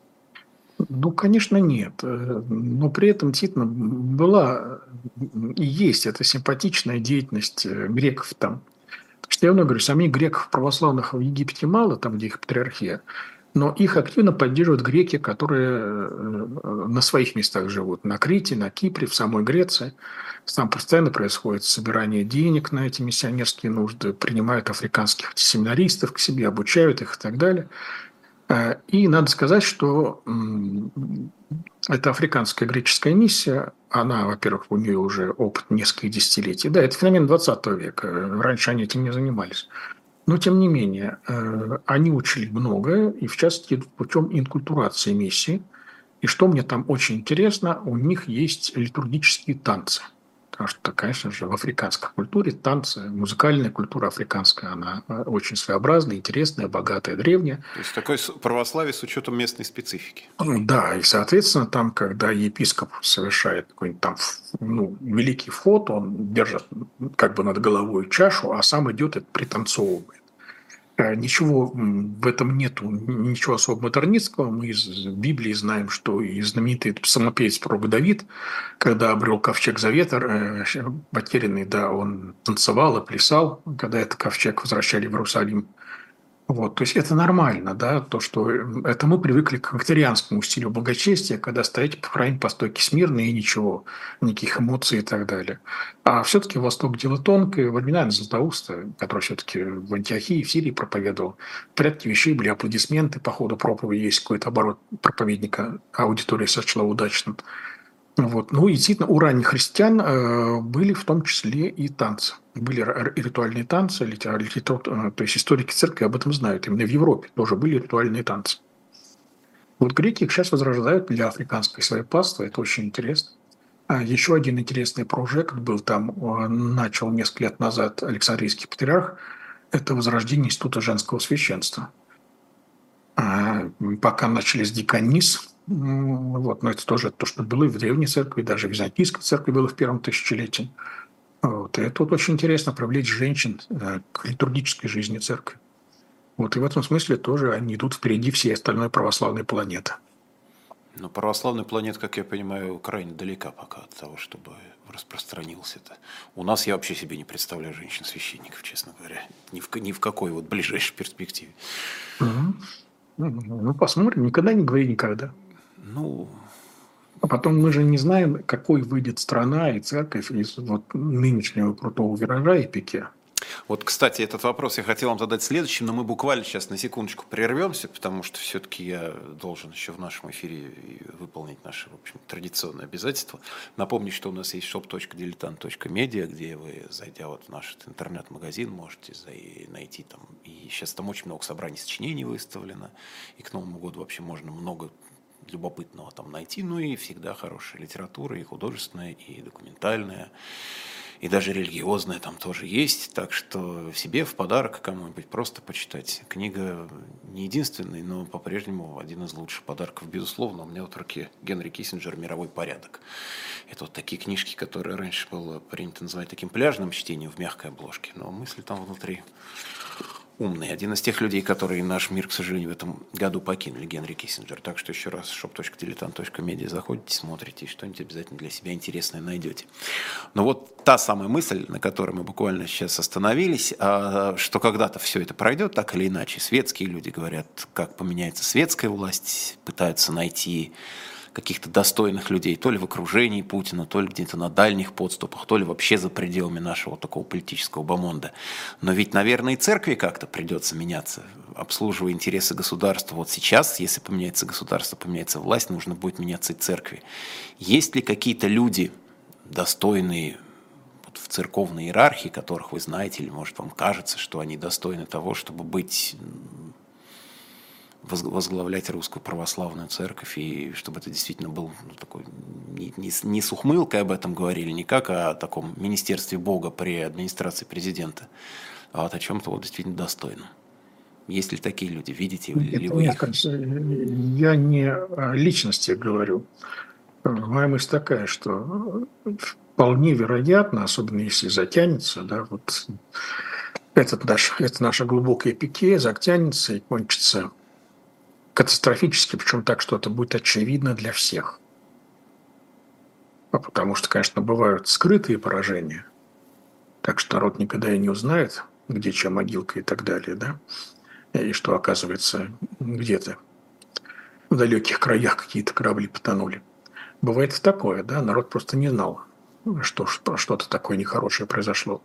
Ну, конечно, нет. Но при этом действительно была и есть эта симпатичная деятельность греков там. Потому что я много говорю, самих греков православных в Египте мало, там, где их патриархия, но их активно поддерживают греки, которые на своих местах живут. На Крите, на Кипре, в самой Греции. Там постоянно происходит собирание денег на эти миссионерские нужды, принимают африканских семинаристов к себе, обучают их и так далее. И надо сказать, что эта африканская греческая миссия, она, во-первых, у нее уже опыт нескольких десятилетий. Да, это феномен 20 века. Раньше они этим не занимались. Но, тем не менее, они учили многое, и, в частности, идут путем инкультурации миссии. И что мне там очень интересно, у них есть литургические танцы. Потому что, конечно же, в африканской культуре танцы, музыкальная культура африканская, она очень своеобразная, интересная, богатая, древняя. То есть такое православие с учетом местной специфики. Да, и, соответственно, там, когда епископ совершает какой-нибудь там великий вход, он держит как бы над головой чашу, а сам идет и пританцовывает. Ничего в этом нету, ничего особо модернистского. Мы из Библии знаем, что и знаменитый псалмопевец пророк Давид, когда обрел ковчег завета, потерянный, да, он танцевал и плясал, когда этот ковчег возвращали в Иерусалим. Вот, то есть это нормально, да, то, что это мы привыкли к викторианскому стилю благочестия, когда стоите по крайней по стойке смирно и ничего, никаких эмоций и так далее. А все-таки Восток дело тонкое. Во времена Златоуста, который все-таки в Антиохии, в Сирии проповедовал, в порядке вещей были аплодисменты по ходу проповеди, есть какой-то оборот проповедника, аудитория сочла удачным. Вот. Ну и действительно, у ранних христиан были в том числе и танцы. Были ритуальные танцы, то есть историки церкви об этом знают. Именно в Европе тоже были ритуальные танцы. Вот греки их сейчас возрождают для африканской своей паствы, это очень интересно. Еще один интересный проект был там, начал несколько лет назад Александрийский патриарх, это возрождение института женского священства. Пока начали с диконис, вот, но это тоже то, что было и в Древней Церкви, даже в Византийской Церкви было в первом тысячелетии. Вот. И это вот очень интересно привлечь женщин к литургической жизни Церкви. Вот. И в этом смысле тоже они идут впереди всей остальной православной планеты. Но православная планета, как я понимаю, крайне далека пока от того, чтобы распространился это. У нас я вообще себе не представляю женщин-священников, честно говоря. Ни в какой вот ближайшей перспективе. Ну, посмотрим. Никогда не говори никогда. Ну... А потом мы же не знаем, какой выйдет страна и церковь из вот нынешнего крутого виража и пике. Вот, кстати, этот вопрос я хотел вам задать следующим, но мы буквально сейчас на секундочку прервемся, потому что все-таки я должен еще в нашем эфире выполнить наши, в общем, традиционные обязательства. Напомню, что у нас есть shop.diletant.media, где вы, зайдя вот в наш интернет-магазин, можете найти там, и сейчас там очень много собраний сочинений выставлено, и к Новому году вообще можно много любопытного там найти, ну и всегда хорошая литература, и художественная, и документальная, и даже религиозная там тоже есть, так что себе в подарок кому-нибудь просто почитать. Книга не единственный, но по-прежнему один из лучших подарков, безусловно. У меня вот в руке Генри Киссинджер «Мировой порядок». Это вот такие книжки, которые раньше было принято называть таким пляжным чтением в мягкой обложке, но мысль там внутри умный. Один из тех людей, которые наш мир, к сожалению, в этом году покинули, Генри Киссинджер. Так что еще раз shop.diletant.media заходите, смотрите, и что-нибудь обязательно для себя интересное найдете. Но вот та самая мысль, на которой мы буквально сейчас остановились, что когда-то все это пройдет, так или иначе. Светские люди говорят, как поменяется светская власть, пытаются найти каких-то достойных людей, то ли в окружении Путина, то ли где-то на дальних подступах, то ли вообще за пределами нашего такого политического бомонда. Но ведь, наверное, и церкви как-то придется меняться, обслуживая интересы государства. Вот сейчас, если поменяется государство, поменяется власть, нужно будет меняться и церкви. Есть ли какие-то люди, достойные вот в церковной иерархии, которых вы знаете, или, может, вам кажется, что они достойны того, чтобы быть... возглавлять русскую православную церковь, и чтобы это действительно был такой, не с ухмылкой об этом говорили, не как о таком министерстве Бога при администрации президента, а вот о чем-то вот действительно достойном. Есть ли такие люди? Видите ли вы их? Я не о личности говорю. Моя мысль такая, что вполне вероятно, особенно если затянется, да, вот это наша глубокая пике, затянется и кончится катастрофически, причем так, что это будет очевидно для всех. Потому что, конечно, бывают скрытые поражения, так что народ никогда и не узнает, где чья могилка и так далее, да, и что, оказывается, где-то в далеких краях какие-то корабли потонули. Бывает и такое, да, народ просто не знал, что что-то такое нехорошее произошло.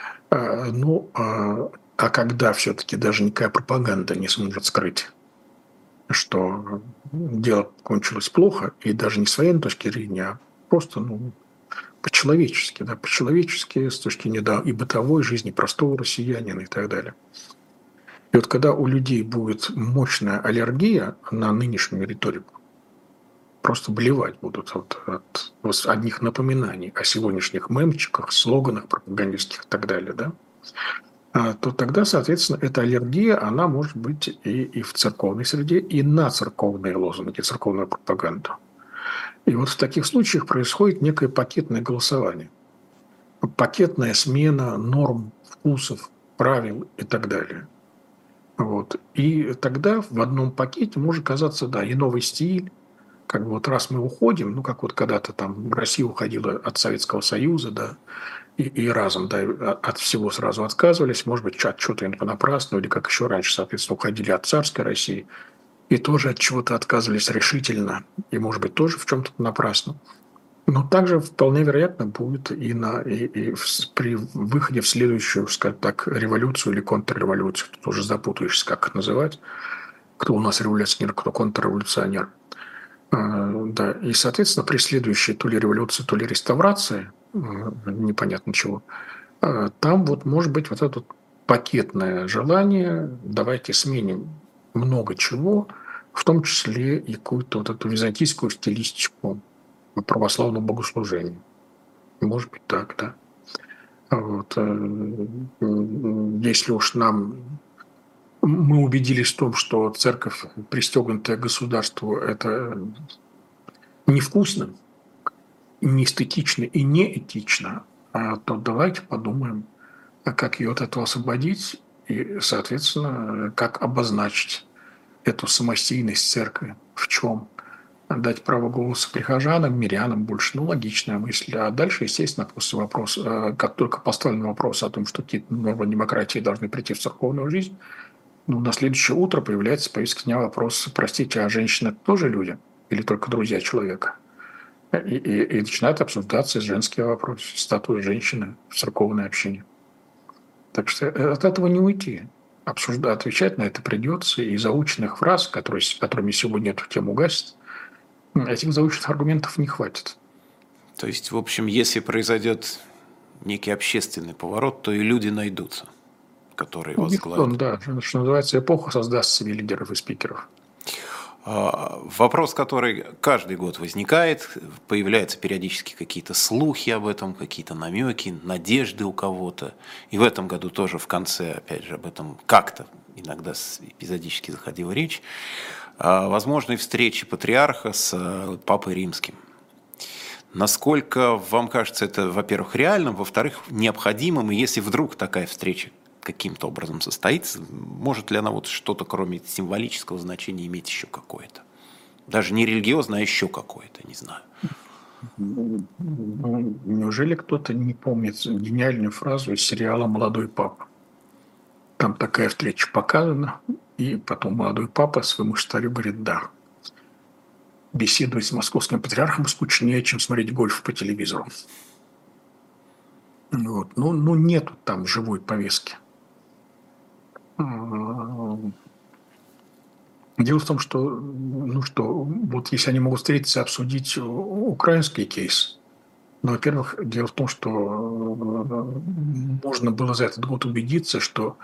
А когда все-таки даже никакая пропаганда не сможет скрыть, что дело кончилось плохо, и даже не с военной точки зрения, а просто по-человечески, да, по-человечески с точки зрения и бытовой жизни простого россиянина и так далее. И вот когда у людей будет мощная аллергия на нынешнюю риторику, просто блевать будут от одних напоминаний о сегодняшних мемчиках, слоганах пропагандистских и так далее, да, то тогда, соответственно, эта аллергия, она может быть и в церковной среде, и на церковные лозунги, церковную пропаганду. И вот в таких случаях происходит некое пакетное голосование. Пакетная смена норм, вкусов, правил и так далее. Вот. И тогда в одном пакете может оказаться, да, и новый стиль, как бы вот раз мы уходим, как вот когда-то там Россия уходила от Советского Союза, да, и разом, да, от всего сразу отказывались, может быть, от чего-то понапрасну, или как еще раньше, соответственно, уходили от царской России, и тоже от чего-то отказывались решительно, и, может быть, тоже в чем-то понапрасну. Но также вполне вероятно будет при выходе в следующую, скажем так, революцию или контрреволюцию. Тут уже запутаешься, как это называть. Кто у нас революционер, кто контрреволюционер. Да, и, соответственно, при следующей то ли революции, то ли реставрации, непонятно чего, там вот может быть вот это пакетное желание, давайте сменим много чего, в том числе и какую-то вот эту византийскую стилистику православного богослужения. Может быть так, да. Вот. Если уж мы убедились в том, что церковь, пристегнутая к государству, это невкусно, не эстетично и не этично, то давайте подумаем, как ее от этого освободить и, соответственно, как обозначить эту самостийность церкви, в чем дать право голоса прихожанам, мирянам больше. Логичная мысль. А дальше, естественно, после вопроса, как только поставлен вопрос о том, что какие-то нормы демократии должны прийти в церковную жизнь, на следующее утро появляется в повестке дня вопрос: простите, а женщины тоже люди или только друзья человека? И начинает обсуждаться женский вопрос, статус женщины в церковной общине. Так что от этого не уйти. Отвечать на это придется, и заученных фраз, которыми сегодня эту тему гасят, этих заученных аргументов не хватит. То есть, в общем, если произойдет некий общественный поворот, то и люди найдутся, которые возглавят. Да, что называется, эпоха создаст себе лидеров и спикеров. Вопрос, который каждый год возникает, появляются периодически какие-то слухи об этом, какие-то намеки, надежды у кого-то. И в этом году тоже в конце, опять же, об этом как-то иногда эпизодически заходила речь. О возможной встрече патриарха с Папой Римским. Насколько вам кажется это, во-первых, реальным, во-вторых, необходимым, и если вдруг такая встреча каким-то образом состоится, может ли она вот что-то, кроме символического значения, иметь еще какое-то? Даже не религиозное, а еще какое-то, не знаю. Неужели кто-то не помнит гениальную фразу из сериала «Молодой папа»? Там такая встреча показана, и потом молодой папа своему старю говорит: да, беседовать с московским патриархом скучнее, чем смотреть гольф по телевизору. Вот. Ну, нету там живой повестки. Дело в том, что, вот если они могут встретиться и обсудить украинский кейс, во-первых, дело в том, что можно было за этот год убедиться, что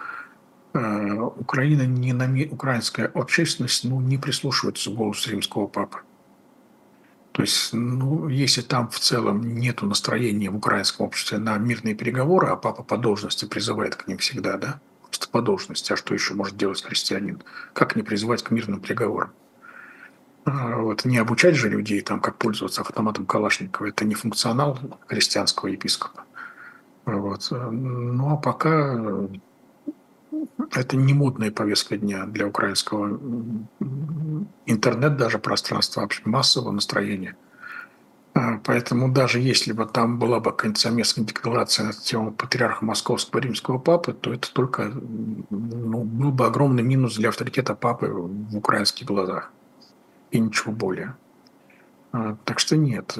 украинская общественность не прислушивается к голосу римского папы. То есть, если там в целом нету настроения в украинском обществе на мирные переговоры, а папа по должности призывает к ним всегда, да, просто по должности, а что еще может делать христианин? Как не призывать к мирным переговорам? Вот. Не обучать же людей, там, как пользоваться автоматом Калашникова, это не функционал христианского епископа. Вот. Ну а пока это не модная повестка дня для украинского интернет, даже пространства массового настроения. Поэтому даже если бы там была бы какая-нибудь совместная декларация на тему патриарха Московского римского папы, то это только был бы огромный минус для авторитета папы в украинских глазах. И ничего более. Так что нет,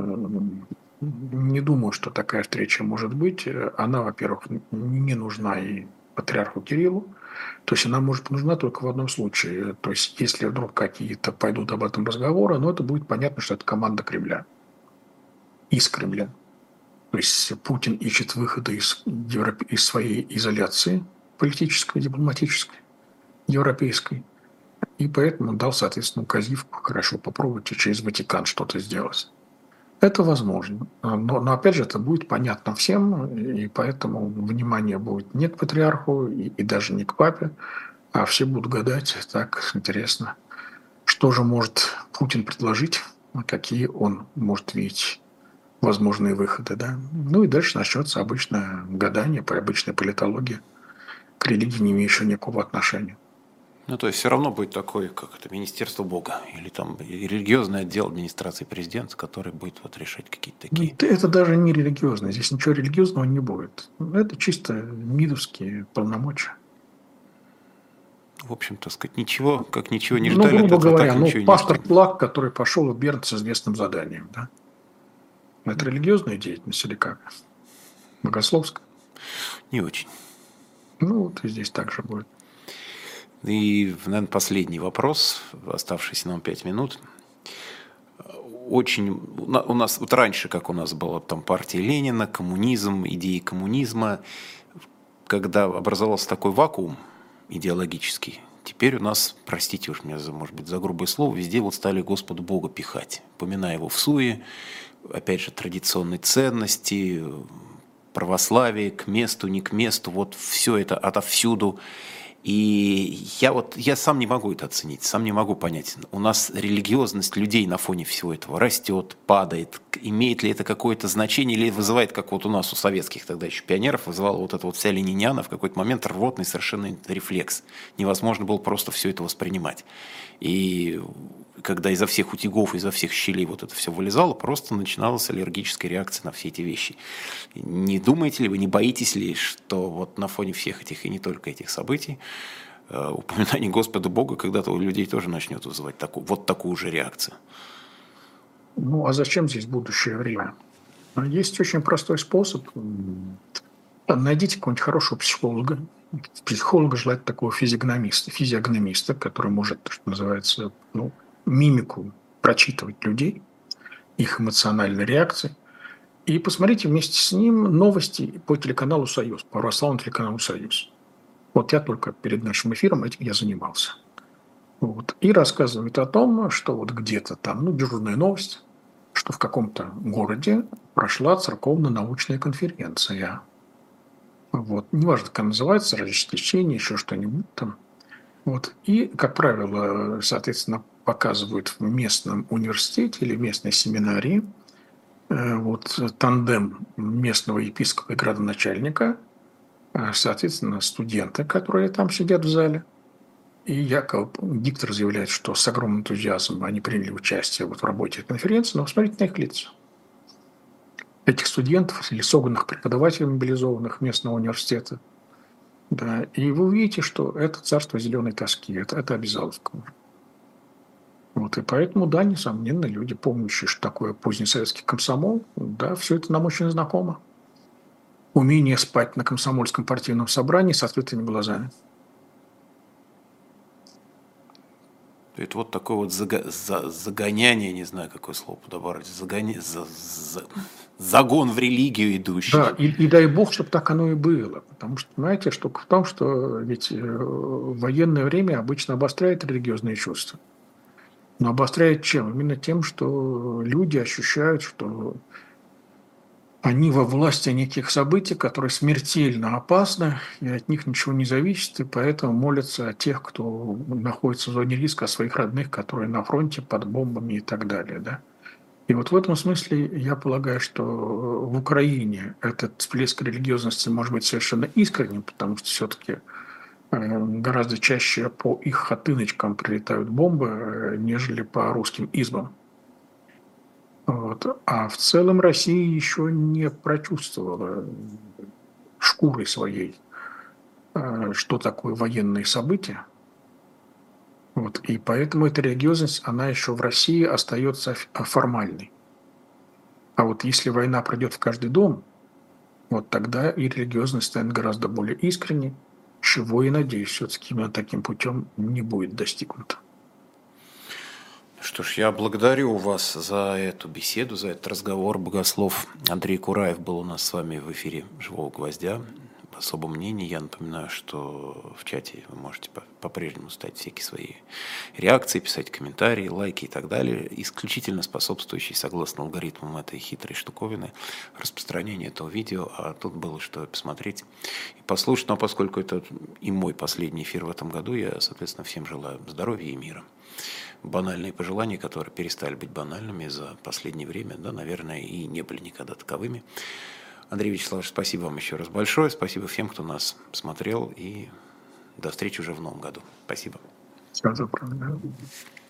не думаю, что такая встреча может быть. Она, во-первых, не нужна и патриарху Кириллу. То есть она может быть нужна только в одном случае. То есть если вдруг какие-то пойдут об этом разговоры, это будет понятно, что это команда Кремля. Из Кремля. То есть Путин ищет выхода из своей изоляции политической, дипломатической, европейской. И поэтому дал, соответственно, указивку: хорошо, попробуйте через Ватикан что-то сделать. Это возможно. Но опять же, это будет понятно всем, и поэтому внимание будет не к патриарху и даже не к папе, а все будут гадать: так, интересно, что же может Путин предложить, какие он может видеть возможные выходы. Да? И дальше начнется обычное гадание, обычная политология, к религии не имеющая никакого отношения. То есть все равно будет такое, как это, Министерство Бога, или там религиозный отдел администрации президента, который будет решать какие-то такие... Это даже не религиозно. Здесь ничего религиозного не будет. Это чисто МИДовские полномочия. В общем, так сказать, ничего не ждали. Грубо говоря, пастор Плак, который пошел в Берн с известным заданием. Да? Это религиозная деятельность или как? Богословская? Не очень. И здесь так же будет. И, наверное, последний вопрос, оставшиеся нам 5 минут. У нас раньше, как у нас была там партия Ленина, коммунизм, идеи коммунизма, когда образовался такой вакуум идеологический, теперь у нас, простите уж меня, может быть, за грубое слово, везде стали Господу Бога пихать, поминая его в суе, опять же, традиционные ценности, православие к месту, не к месту, все это отовсюду. И я сам не могу это оценить, сам не могу понять. У нас религиозность людей на фоне всего этого растет, падает. Имеет ли это какое-то значение или вызывает, как у нас, у советских тогда еще пионеров, вызывала эта вся лениниана в какой-то момент рвотный совершенно рефлекс. Невозможно было просто все это воспринимать. И когда изо всех утюгов, изо всех щелей это все вылезало, просто начиналась аллергическая реакция на все эти вещи. Не думаете ли вы, не боитесь ли, что на фоне всех этих и не только этих событий упоминание Господа Бога когда-то у людей тоже начнет вызывать такую же реакцию? А зачем здесь будущее время? Есть очень простой способ. Найдите какого-нибудь хорошего психолога. Психолога желательно такого физиогномиста, который может, что называется, мимику прочитывать людей, их эмоциональные реакции. И посмотрите вместе с ним новости по телеканалу «Союз», православному телеканалу «Союз». Я только перед нашим эфиром этим я занимался. Вот. И рассказывает о том, что вот где-то там, ну, дежурная новость, что в каком-то городе прошла церковно-научная конференция. Вот. Неважно, как она называется, различные течения, еще что-нибудь там. Вот. И, как правило, соответственно, показывают в местном университете или местной семинарии вот, тандем местного епископа и градоначальника, соответственно, студенты, которые там сидят в зале. И якобы диктор заявляет, что с огромным энтузиазмом они приняли участие вот в работе конференции, но посмотрите на их лица. Этих студентов или собранных преподавателей мобилизованных местного университета. Да, и вы увидите, что это царство зеленой тоски, это обязаловка. Вот, и поэтому, да, несомненно, люди, помнящие, что такое поздний советский комсомол, да, все это нам очень знакомо. Умение спать на комсомольском партийном собрании с открытыми глазами. Это вот такое вот загоняние, не знаю, какое слово подобрать, загон в религию идущий. Да, и дай бог, чтобы так оно и было. Потому что, понимаете, штука в том, что ведь военное время обычно обостряет религиозные чувства. Но обостряет чем? Именно тем, что люди ощущают, что они во власти неких событий, которые смертельно опасны, и от них ничего не зависит, и поэтому молятся о тех, кто находится в зоне риска, о своих родных, которые на фронте под бомбами и так далее. Да? И вот в этом смысле я полагаю, что в Украине этот всплеск религиозности может быть совершенно искренним, потому что все-таки гораздо чаще по их хатыночкам прилетают бомбы, нежели по русским избам. Вот. А в целом Россия еще не прочувствовала шкурой своей, что такое военные события. Вот. И поэтому эта религиозность, она еще в России остается формальной. А вот если война пройдет в каждый дом, вот тогда и религиозность станет гораздо более искренней, чего, и надеюсь, все-таки именно таким путем не будет достигнуто. Что ж, я благодарю вас за эту беседу, за этот разговор. Богослов Андрей Кураев был у нас с вами в эфире «Живого гвоздя». Особом мнении. Я напоминаю, что в чате вы можете по-прежнему ставить всякие свои реакции, писать комментарии, лайки и так далее, исключительно способствующие, согласно алгоритмам этой хитрой штуковины, распространению этого видео. А тут было что посмотреть и послушать. Но поскольку это и мой последний эфир в этом году, я, соответственно, всем желаю здоровья и мира. Банальные пожелания, которые перестали быть банальными за последнее время, да, наверное, и не были никогда таковыми. Андрей Вячеславович, спасибо вам еще раз большое. Спасибо всем, кто нас смотрел. И до встречи уже в новом году. Спасибо. Всего доброго.